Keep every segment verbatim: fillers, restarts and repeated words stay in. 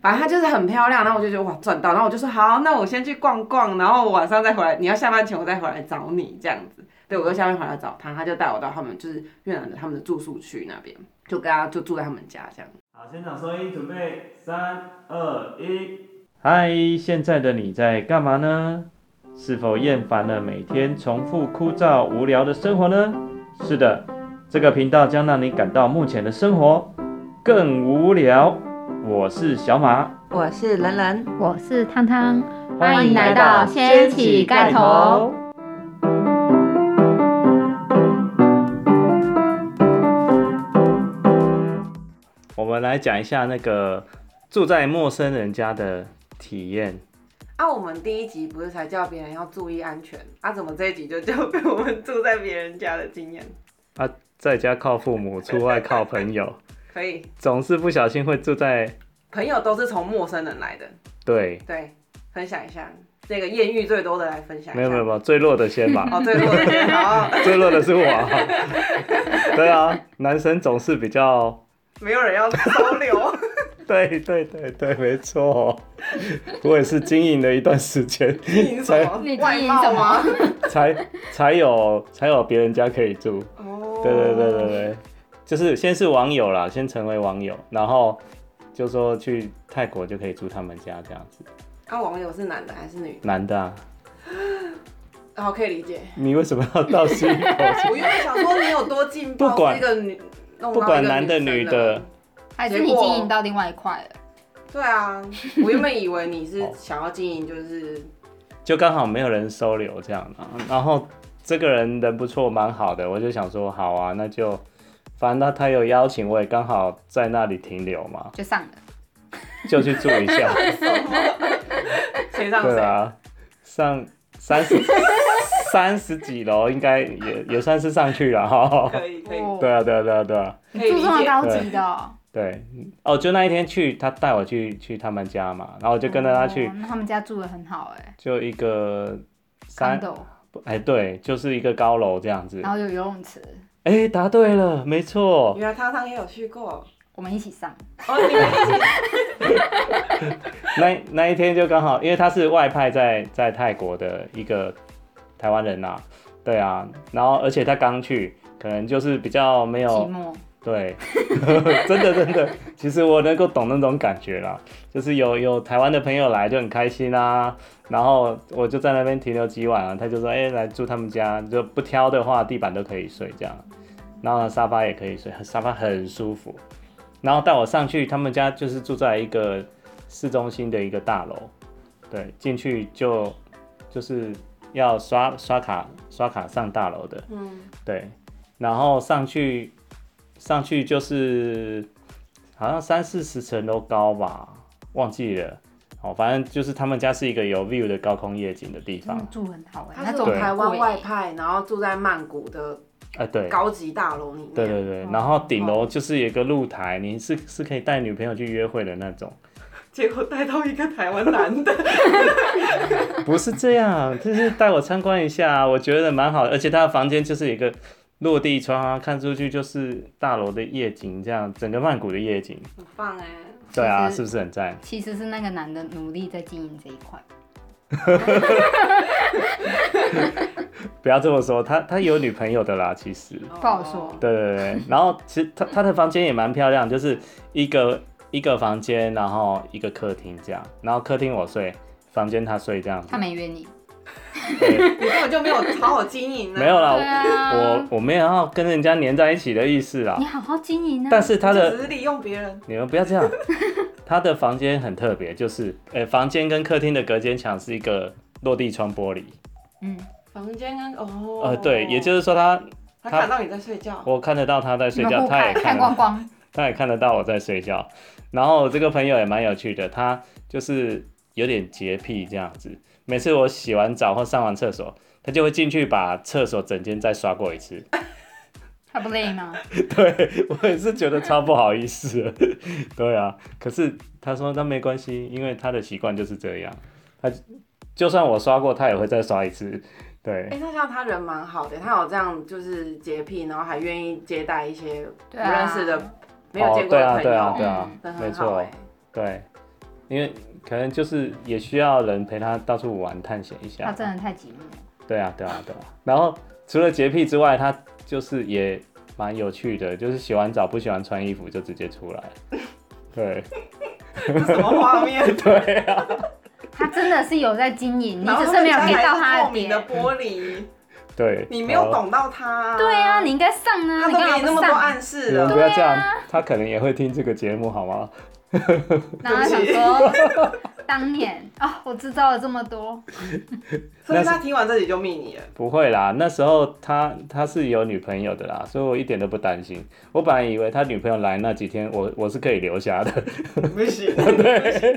反正它就是很漂亮，然后我就觉得哇赚到，然后我就说好，那我先去逛逛，然后我晚上再回来，你要下班前我再回来找你这样子。对，我就下班回来找他，他就带我到他们就是越南的他们的住宿区那边，就跟他就住在他们家这样。 好，现场收音，准备三二一。嗨，现在的你在干嘛呢？是否厌烦了每天重复枯燥无聊的生活呢？是的，这个频道将让你感到目前的生活更无聊。我是小马， 我是人人， 我是汤汤， 欢迎来到掀起盖头。 我们来讲一下那个住在陌生人家的体验。 啊，我们第一集不是才叫别人要注意安全，啊，怎么这一集就交给我们住在别人家的经验？ 啊，在家靠父母，出外靠朋友。 可以， 总是不小心会住在朋友都是从陌生人来的。 对对，分享一下这个艳遇最多的来分享一下。 没有没有没有，最弱的先吧。 哦，最弱的先好。 最弱的是我。对啊，男生总是比较没有人要收留。 对对对对，没错。我也是经营了一段时间， 经营什么？ 你外经营什貌吗？ 才才有才有别人家可以住。 哦。 对对对对对，就是先是网友啦，先成为网友，然后就说去泰国就可以住他们家这样子。 啊，网友是男的还是女的？ 男的啊。 好，可以理解。 你为什么要倒吸一口气？ 我原本想说你有多劲爆， 不管是一个女，弄到一个不管男的女的， 还是你经营到另外一块了？ 对啊，我原本以为你是想要经营，就是就刚好没有人收留这样，然后这个人人不错，蛮好的，我就想说好啊，那就反正他他有邀请，我也刚好在那里停留嘛， 就上了， 就去住一下。 谁上谁？ 对啊，上三十三十几楼，应该也也算是上去了哈。 可以可以， 哦对啊对啊对啊对啊。 可以理住这么解。 高级的哦。 对，哦，就那一天去，他带我去去他们家嘛，然后我就跟着他去， 哦那他们家住得很好哎就一个三， ，condo， 哎对，就是一个高楼这样子。 然后有游泳池， 哎，答对了，没错。 原来汤汤也有去过。 我们一起上。 哦，你们一起。 那那一天就刚好，因为他是外派在在泰国的一个台湾人呐、对啊，然后而且他刚去，可能就是比较没有寂寞。 对，真的真的，其实我能够懂那种感觉啦，就是有有台湾的朋友来就很开心啊，然后我就在那边停留几晚啊，他就说哎、欸、来住他们家，就不挑的话地板都可以睡这样，然后沙发也可以睡，沙发很舒服，然后带我上去他们家就是住在一个市中心的一个大楼，对，进去就就是要刷刷卡刷卡上大楼的， 嗯， 对，然后上去。上去就是好像三四十层楼高吧，忘记了。哦，反正就是他们家是一个有 view 的高空夜景的地方。 嗯、住很好哎、 他是从台湾外派，然后住在曼谷的呃对高级大楼里面。 对对对，然后顶楼就是有一个露台，你是是可以带女朋友去约会的那种。 结果带到一个台湾男的。 不是这样，就是带我参观一下，我觉得蛮好的，而且他的房间就是一个。落地窗啊，看出去就是大楼的夜景，这样整个曼谷的夜景， 很棒哎。 对啊，是不是很赞？ 其实是那个男的努力在经营这一块。 不要这么说，他他有女朋友的啦，其实。 不好说。 对对对，然后其实他他的房间也蛮漂亮，就是一个一个房间，然后一个客厅这样，然后客厅我睡，房间他睡这样子。 他没约你。 你根本就没有好好经营、啊。 没有啦， 啊、 我我没有要跟人家黏在一起的意思啦。 你好好经营啊。 但是他的只是利用别人。 你们不要这样。他的房间很特别，就是，呃、欸，房间跟客厅的隔间墙是一个落地窗玻璃。 嗯， 房间跟哦。 呃，对，也就是说他他看到你在睡觉， 我看得到他在睡觉，他也看光光， 他也看得到我在睡觉。然后这个朋友也蛮有趣的，他就是有点洁癖这样子。每次我洗完澡或上完厕所，他就会进去把厕所整间再刷过一次。 他不累吗？ 对，我也是觉得超不好意思的。对啊，可是他说他没关系，因为他的习惯就是这样。他就算我刷过，他也会再刷一次。对。 哎、欸，那像他人蛮好的，他有这样就是洁癖，然后还愿意接待一些不认识的、啊、没有见过的朋友。 哦、对啊，对啊，对啊， 嗯、 没错。对。 因为可能就是也需要人陪他到处玩探险一下。 他真的太寂寞了。 对啊，对啊，对啊。然后除了洁癖之外，他就是也蛮有趣的，就是洗完澡不喜欢穿衣服就直接出来。对。 什么画面？ 对啊。 他真的是有在经营，你然后只是没有给到他透明的点。 玻璃， 对， 你没有懂到他、啊。 对啊，你应该上啊， 他都你干嘛给你那么多不上？ 暗示你们了。 不要这样， 对啊他可能也会听这个节目，好吗？ 然后想说，当年啊、我知道了这么多。 所以他听完这里就密你了。 不会啦，那时候他他是有女朋友的啦，所以我一点都不担心。我本来以为他女朋友来那几天，我我是可以留下的。 不行。 对。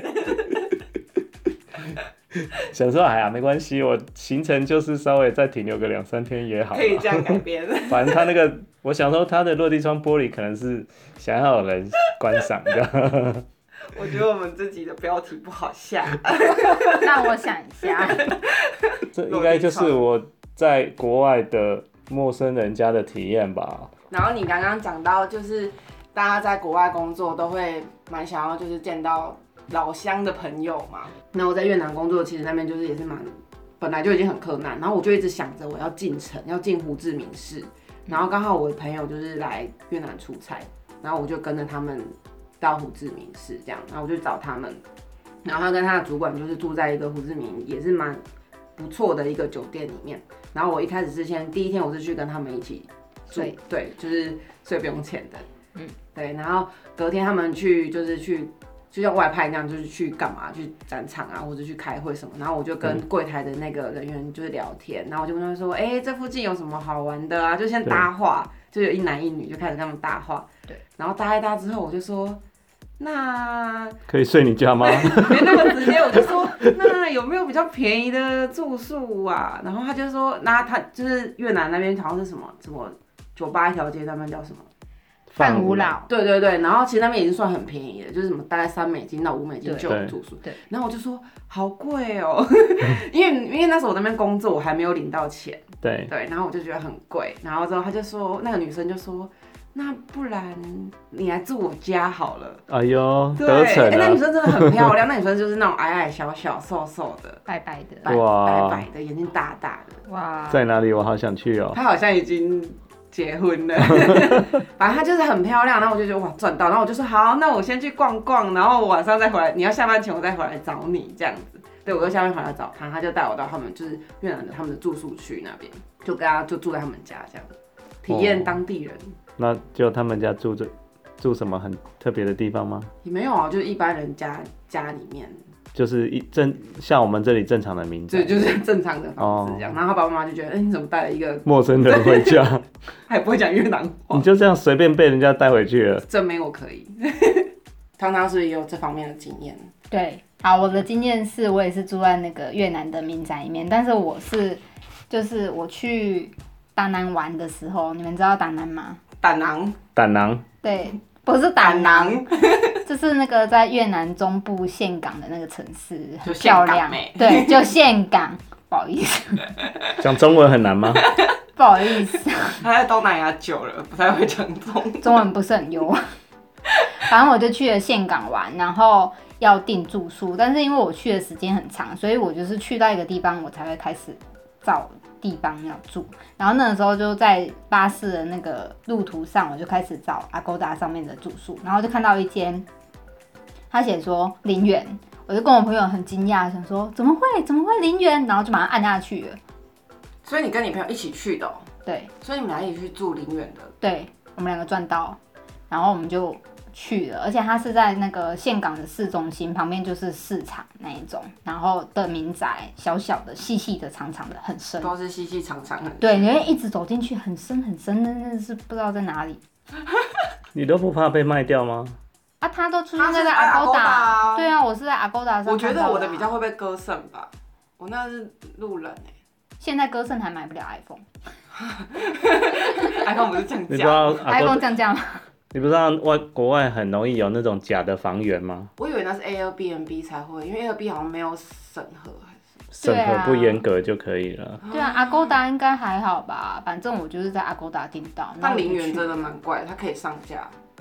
想说哎呀，没关系，我行程就是稍微再停留个两三天也好。 可以这样改编。 反正他那个，我想说他的落地窗玻璃可能是想要有人观赏的。 我觉得我们这集的标题不好下。 让我想一下， 这应该就是我在国外的陌生人家的体验吧。 然后你刚刚讲到，就是大家在国外工作都会蛮想要，就是见到老乡的朋友嘛。那我在越南工作，其实那边就是也是蛮，本来就已经很困难，然后我就一直想着我要进城，要进胡志明市。然后刚好我的朋友就是来越南出差，然后我就跟着他们到胡志明市这样，然后我就找他们，然后他跟他的主管就是住在一个胡志明也是蛮不错的一个酒店里面。然后我一开始是先第一天我是去跟他们一起住， 睡对，就是睡不用钱的， 嗯， 对。然后隔天他们去就是去。就像外派那样，就是去干嘛？去展场啊，或者去开会什么。然后我就跟柜台的那个人员就是聊天，然后我就跟他说：“哎、欸，这附近有什么好玩的啊？”就先搭话，就有一男一女就开始跟他们搭话。 对。 然后搭一搭之后，我就说：“那可以睡你家吗？” 没那么直接，我就说：“那有没有比较便宜的住宿啊？”然后他就说：“那他就是越南那边好像是什么什么酒吧一条街，那边叫什么？” 范五老， 对对对，然后其实那边已经算很便宜了，就是什么大概三美金到五美金就有住宿。 对。 然后我就说好贵哦，因为因为那时候我在那边工作，我还没有领到钱。 对对，然后我就觉得很贵，然后之后他就说，那个女生就说，那不然你来住我家好了。 哎呦， 对， 得逞了。 哎，那女生真的很漂亮，那女生就是那种矮矮小小、瘦瘦的， 白白的， 白哇白白的，眼睛大大的。 哇， 在哪里？我好想去哦。 她好像已经结婚了，反正她就是很漂亮，然后我就觉得哇赚到，然后我就说好，那我先去逛逛，然后我晚上再回来，你要下班前我再回来找你这样子。对，我就下班回来找他，他就带我到他们就是越南的他们的住宿区那边，就跟他就住在他们家这样，体验当地人。 哦，那就他们家住着住什么很特别的地方吗？ 也没有啊，就是一般人家家里面。 就是一正像我们这里正常的民宅， 对，就是正常的房子这样。 哦， 然后他爸爸妈妈就觉得，哎、欸，你怎么带了一个陌生人回家？ 还不会讲越南话？ 你就这样随便被人家带回去了？ 证明我可以。汤汤是不是也有这方面的经验？ 对，好，我的经验是我也是住在那个越南的民宅里面，但是我是就是我去达南玩的时候，你们知道达南吗？ 胆囊。 胆囊。 对，不是胆囊。就是那个在越南中部岘港的那个城市，很漂亮。对，就岘港，不好意思。 讲中文很难吗？ 不好意思。 他在东南亚久了，不太会讲中文。 中文不是很优。反正我就去了岘港玩，然后要订住宿，但是因为我去的时间很长，所以我就是去到一个地方，我才会开始找地方要住。然后那个时候就在巴士的那个路途上，我就开始找 Agoda 上面的住宿，然后就看到一间。他写说零元，我就跟我朋友很惊讶，想说怎么会怎么会零元，然后就马上按下去了。 所以你跟你朋友一起去的、喔？ 对。 所以你们俩一起去住零元的？ 对，我们两个赚到，然后我们就去了，而且它是在那个岘港的市中心，旁边就是市场那一种，然后的民宅，小小的、细细的、长长的，很深， 都是细细长长很深。 对，你会一直走进去，很深很深，真的是不知道在哪里。 你都不怕被卖掉吗？ 啊，他都出现在 Agoda，、啊、对啊，我是在 Agoda 上看到的、啊。 我觉得我的比较会被割肾吧，我那是路人哎、欸。 现在割肾还买不了 iPhone。iPhone 不是降价？ 你知道 iPhone 降价吗？ 你不知道外国外很容易有那种假的房源吗？ 我以为那是 Airbnb 才会，因为 Airbnb 好像没有审核还是。 审核不严格就可以了。 对啊 ，Agoda 应该还好吧，反正我就是在 Agoda 订到。 但零元真的蛮怪，它可以上架。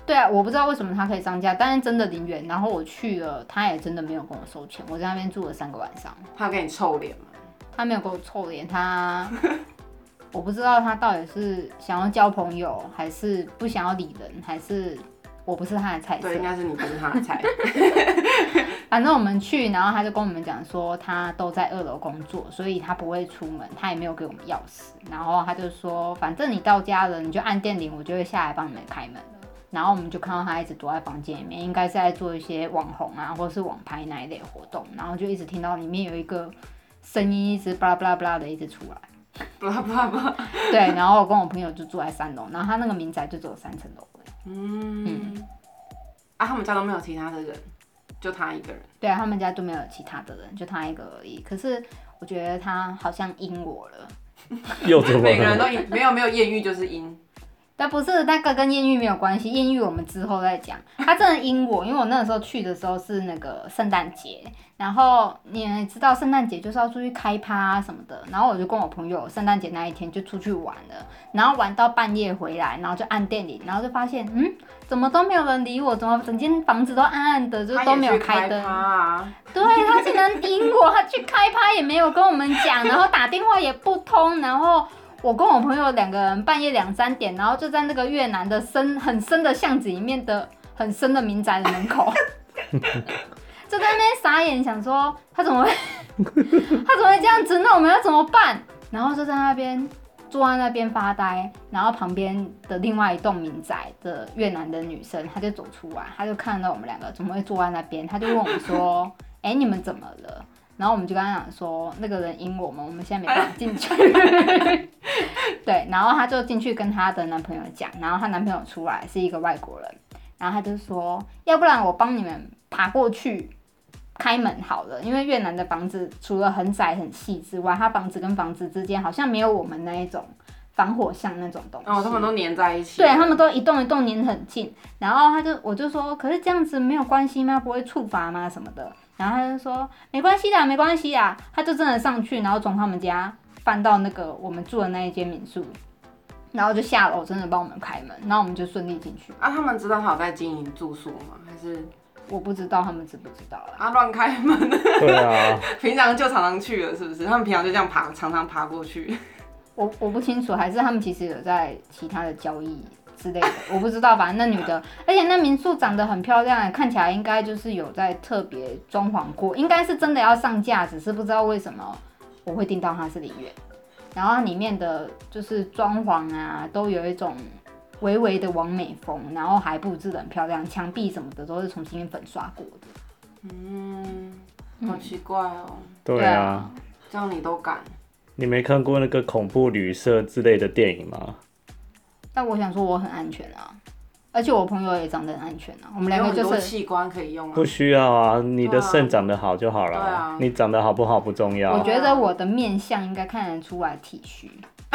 对啊，我不知道为什么他可以上架，但是真的零元。然后我去了，他也真的没有跟我收钱，我在那边住了三个晚上。 他给你臭脸吗？ 他没有给我臭脸，他我不知道他到底是想要交朋友，还是不想要理人，还是我不是他的菜色。 对，应该是你不是他的菜。 反正我们去，然后他就跟我们讲说，他都在二楼工作，所以他不会出门，他也没有给我们钥匙。然后他就说，反正你到家了，你就按电铃，我就会下来帮你们开门了。然后我们就看到他一直躲在房间里面，应该是在做一些网红啊，或是网拍那一类活动。然后就一直听到里面有一个声音一直巴拉巴拉巴拉的一直出来， 巴拉巴拉巴拉。 对，然后我跟我朋友就住在三楼，然后他那个民宅就只有三层楼而已。 嗯嗯。啊，他们家都没有其他的人，就他一个人。 对啊，他们家就没有其他的人，就他一个而已。可是我觉得他好像阴我了。 又怎么了？ 每个人都阴，没有没有艳遇就是阴。 但不是那个跟艳遇没有关系，艳遇我们之后再讲。他真的阴我，因为我那个时候去的时候是那个圣诞节，然后你也知道圣诞节就是要出去开趴啊什么的，然后我就跟我朋友圣诞节那一天就出去玩了，然后玩到半夜回来，然后就按电铃，然后就发现嗯，怎么都没有人理我，怎么整间房子都暗暗的，就都没有开灯。 啊、 对，他竟然阴我，他去开趴也没有跟我们讲，然后打电话也不通，然后。我跟我朋友两个人半夜两三点，然后就在那个越南的深很深的巷子里面的很深的民宅的门口，就在那边傻眼，想说他怎么会他怎么会这样子？那我们要怎么办？然后就在那边坐在那边发呆，然后旁边的另外一栋民宅的越南的女生，她就走出来，她就看到我们两个怎么会坐在那边，她就问我们说：“哎、欸，你们怎么了？”然后我们就跟他讲说，那个人阴我们，我们现在没办法进去。对，然后她就进去跟她的男朋友讲，然后她男朋友出来是一个外国人，然后她就说，要不然我帮你们爬过去开门好了，因为越南的房子除了很窄很细之外，它房子跟房子之间好像没有我们那一种防火巷那种东西。 哦，他们都粘在一起。 对，他们都一栋一栋粘很近。然后他就我就说，可是这样子没有关系吗？不会触罚吗？什么的。然后他就说没关系啦，没关系啦。他就真的上去，然后从他们家翻到那个我们住的那一间民宿，然后就下楼真的帮我们开门，然后我们就顺利进去。 啊，他们知道他有在经营住宿吗？还是？ 我不知道他们知不知道啦。 啊，乱开门。 对啊。 平常就常常去了，是不是？他们平常就这样爬，常常爬过去。 我我不清楚，还是他们其实有在其他的交易之类的，我不知道。反正那女的，而且那民宿长得很漂亮，看起来应该就是有在特别装潢过，应该是真的要上架，只是不知道为什么我会订到它是零元。然后它里面的就是装潢啊，都有一种微微的网美风，然后还布置得很漂亮，墙壁什么的都是重新粉刷过的。 嗯，好奇怪哦。 对啊， 这样你都敢？ 你没看过那个恐怖旅社之类的电影吗？ 但我想说我很安全啊，而且我朋友也长得很安全啊，我们两个就是有很多器官可以用啊。 不需要啊，你的肾长得好就好了。 对啊， 你长得好不好不重要。 我觉得我的面相应该看得出来体虚。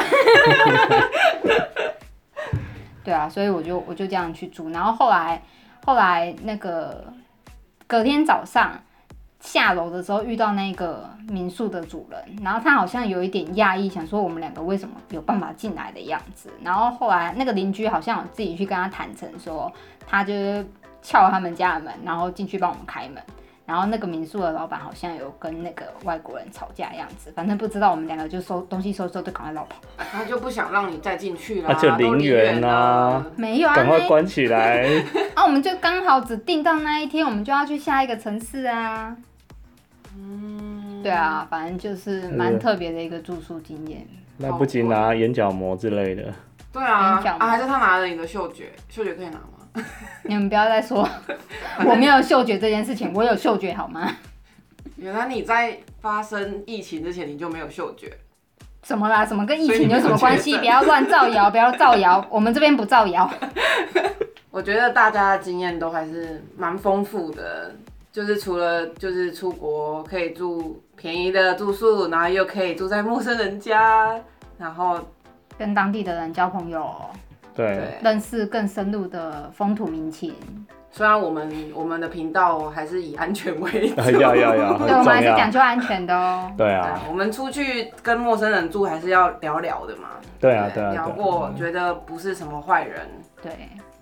对啊，所以我就我就这样去住，然后后来后来那个隔天早上下楼的时候遇到那个民宿的主人，然后他好像有一点讶异，想说我们两个为什么有办法进来的样子。然后后来那个邻居好像有自己去跟他坦诚说，他就是撬他们家的门，然后进去帮我们开门。然后那个民宿的老板好像有跟那个外国人吵架的样子，反正不知道，我们两个就收东西收收就赶快绕跑。 他就不想让你再进去了， 那就零元啊， 没有啊， 赶快关起来。 啊，我们就刚好只订到那一天，我们就要去下一个城市啊。嗯，对啊，反正就是蛮特别的一个住宿经验。 来不及拿眼角膜之类的。 对啊，啊，还是他拿了你的嗅觉，嗅觉可以拿吗？ 你们不要再说我没有嗅觉这件事情，我有嗅觉好吗？ 原来你在发生疫情之前你就没有嗅觉？ 什么啦？什么跟疫情有什么关系？不要乱造谣，不要造谣，我们这边不造谣。 我觉得大家的经验都还是蛮丰富的，就是除了就是出国可以住便宜的住宿，然后又可以住在陌生人家，然后跟当地的人交朋友。 对， 认识更深入的风土民情。 虽然我们我们的频道还是以安全为主， 要要要， 对，我们还是讲究安全的哦。 对啊， 我们出去跟陌生人住还是要聊聊的嘛。 对啊对啊， 聊过觉得不是什么坏人。 对，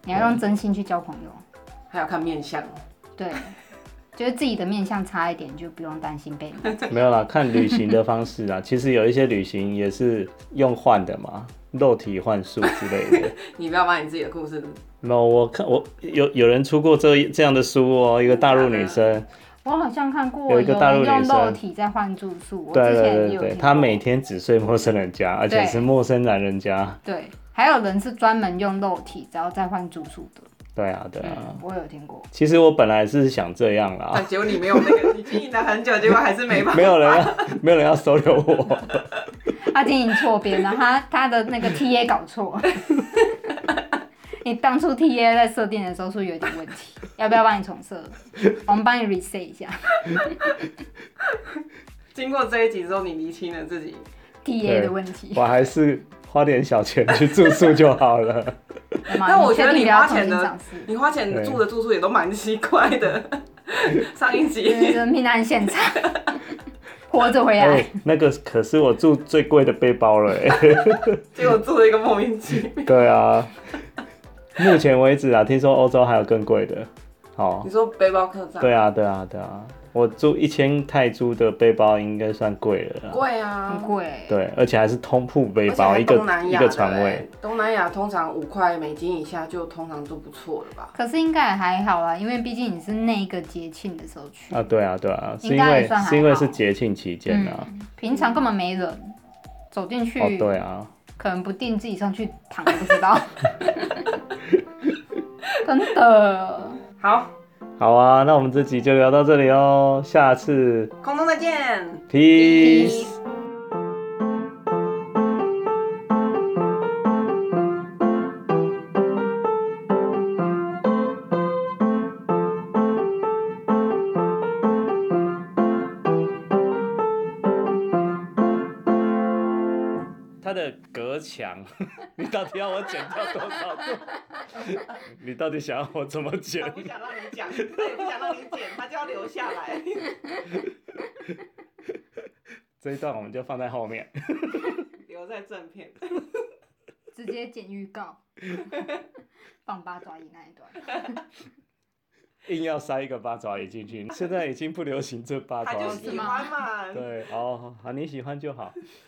你要用真心去交朋友。 还要看面相。 对，觉得自己的面相差一点，就不用担心被人家。 没有啦，看旅行的方式啊，其实有一些旅行也是用换的嘛，肉体换术之类的。 你不要把你自己的故事。 没有，我看我有有人出过这这样的书哦，一个大陆女生。 我好像看过有一个大陆女生用肉体在换住宿，我对之前对对对， 也有听过。 她每天只睡陌生人家，而且是陌生男人家。 对，还有人是专门用肉体，然后再换住宿的。 对啊，对啊、 嗯，我有听过。 其实我本来是想这样啦， 但结果你没有那个，你经营了很久，结果还是没办法。 没有人要，没有人要收留我。 他经营错边，然后他他的那个 T A 搞错。你当初 T A 在设定的时候是不是有点问题？要不要帮你重设？我们帮你 reset 一下。 经过这一集之后，你厘清了自己 T A 的问题。 我还是花点小钱去住宿就好了。 但我觉得你花钱的， 的，你花钱住的住宿也都蛮奇怪的。上一集人命案现场，活着回来、 欸。那个可是我住最贵的背包了哎、 欸。结果住了一个莫名其妙。 对啊，目前为止啊，听说欧洲还有更贵的。哦， 你说背包客栈？ 对啊，对啊，对啊。我住一千泰铢的背包应该算贵了啦。 贵啊， 很贵。 对，而且还是通铺背包，一个一个床位。 东南亚通常五块美金以下就通常都不错了吧？ 可是应该也还好啦，因为毕竟你是那个节庆的时候去。 啊，对啊，对啊，是因为是因为是节庆期间啊、 嗯，平常根本没人，走进去。 哦，对啊。 可能不定自己上去躺都不知道。真的。 好。 好啊，那我们这集就聊到这里哦，下次空中再见 ，peace。它的隔墙，你到底要我剪掉多少度？你到底想要我怎么剪？ 他不想让你讲，他也不想让你剪，他就要留下来。 这一段我们就放在后面， 留在正片。 直接剪预告，放八爪鱼那一段。 硬要塞一个八爪鱼进去，现在已经不流行这八爪鱼。 他就喜欢嘛。 对，哦，好，你喜欢就好。